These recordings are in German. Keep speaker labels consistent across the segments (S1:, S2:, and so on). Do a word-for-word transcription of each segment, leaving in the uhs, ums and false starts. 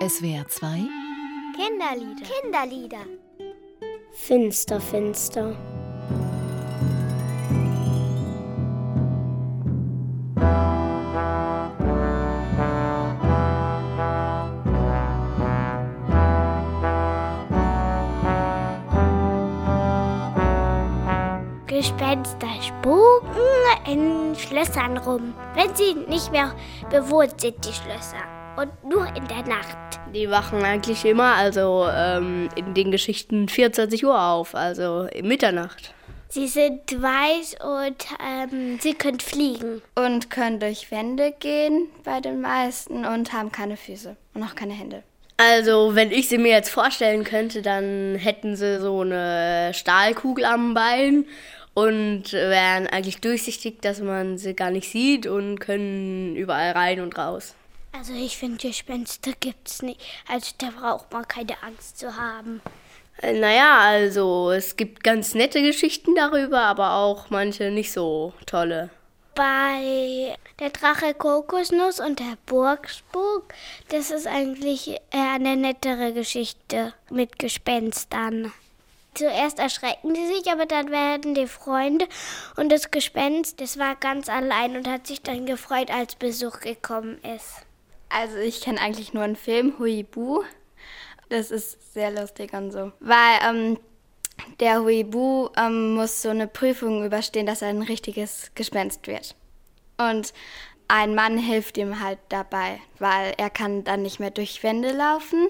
S1: S W R zwei
S2: Kinderlieder. Kinderlieder.
S3: Finster, finster.
S2: Gespenster spuken in Schlössern rum, wenn sie nicht mehr bewohnt sind, die Schlösser. Und nur in der Nacht.
S3: Die wachen eigentlich immer, also ähm, in den Geschichten vierundzwanzig Uhr auf, also in Mitternacht.
S2: Sie sind weiß und ähm, sie können fliegen.
S4: Und können durch Wände gehen bei den meisten und haben keine Füße und auch keine Hände.
S3: Also wenn ich sie mir jetzt vorstellen könnte, dann hätten sie so eine Stahlkugel am Bein und wären eigentlich durchsichtig, dass man sie gar nicht sieht und können überall rein und raus.
S2: Also ich finde, Gespenster gibt's nicht. Also da braucht man keine Angst zu haben.
S3: Naja, also es gibt ganz nette Geschichten darüber, aber auch manche nicht so tolle.
S2: Bei der Drache Kokosnuss und der Burgspuk, das ist eigentlich eher eine nettere Geschichte mit Gespenstern. Zuerst erschrecken die sich, aber dann werden die Freunde und das Gespenst, das war ganz allein und hat sich dann gefreut, als Besuch gekommen ist.
S4: Also ich kenne eigentlich nur einen Film, Huibu. Das ist sehr lustig und so. Weil ähm, der Huibu ähm, muss so eine Prüfung überstehen, dass er ein richtiges Gespenst wird. Und ein Mann hilft ihm halt dabei, weil er kann dann nicht mehr durch Wände laufen,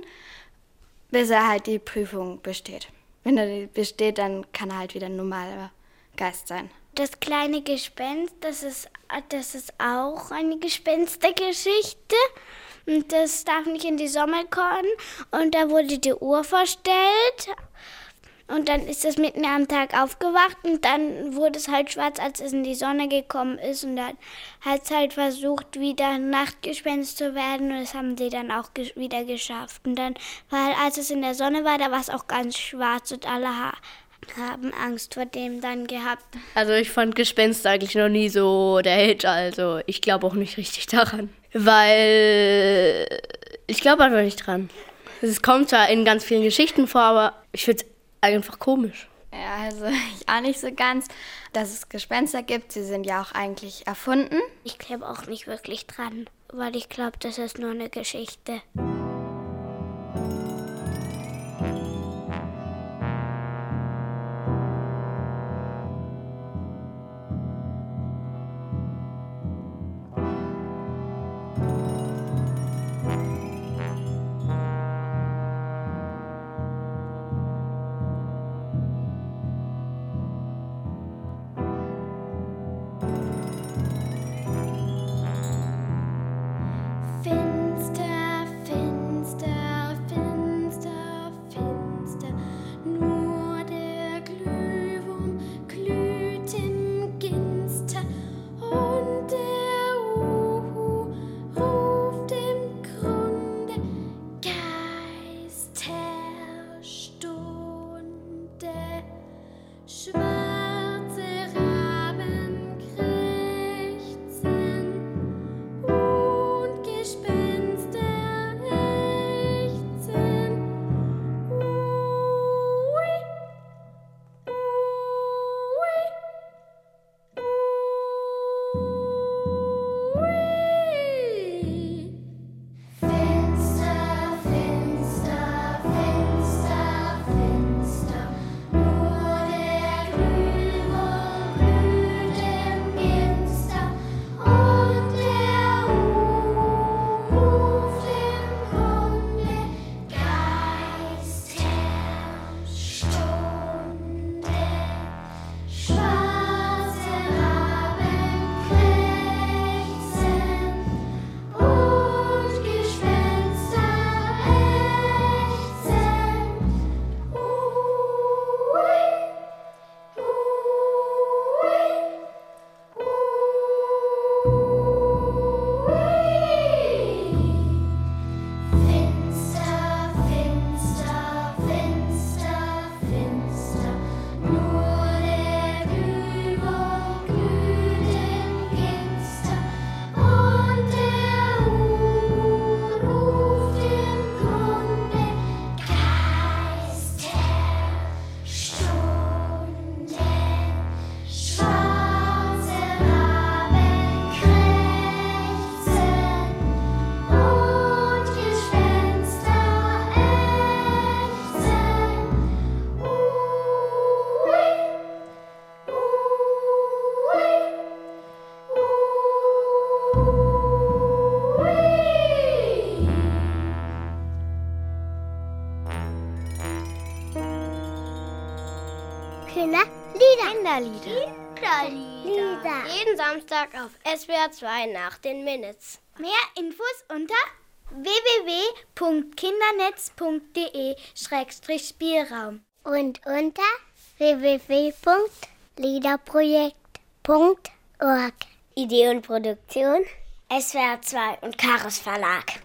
S4: bis er halt die Prüfung besteht. Wenn er die besteht, dann kann er halt wieder ein normaler Geist sein.
S2: Das kleine Gespenst, das ist, das ist auch eine Gespenstergeschichte. Und das darf nicht in die Sonne kommen. Und da wurde die Uhr verstellt. Und dann ist es mitten am Tag aufgewacht. Und dann wurde es halt schwarz, als es in die Sonne gekommen ist. Und dann hat es halt versucht, wieder ein Nachtgespenst zu werden. Und das haben sie dann auch ge- wieder geschafft. Und dann, weil als es in der Sonne war, da war es auch ganz schwarz. Und alle ha- haben Angst vor dem dann gehabt.
S3: Also ich fand Gespenster eigentlich noch nie so der Hit, also ich glaube auch nicht richtig daran. Weil ich glaube einfach nicht dran. Es kommt zwar in ganz vielen Geschichten vor, aber ich finde es einfach komisch.
S4: Ja, also ich auch nicht so ganz, dass es Gespenster gibt. Sie sind ja auch eigentlich erfunden.
S2: Ich glaube auch nicht wirklich dran, weil ich glaube, das ist nur eine Geschichte. Finster, finster. Kinder, Lieder.
S4: Kinderlieder.
S2: Kinderlieder.
S1: Jeden Samstag auf S W R zwei nach den Minutes.
S2: Mehr Infos unter w w w punkt kindernetz punkt d e Schrägstrich Spielraum und unter w w w punkt liederprojekt punkt org.
S1: Idee und Produktion S W R zwei und Karos Verlag.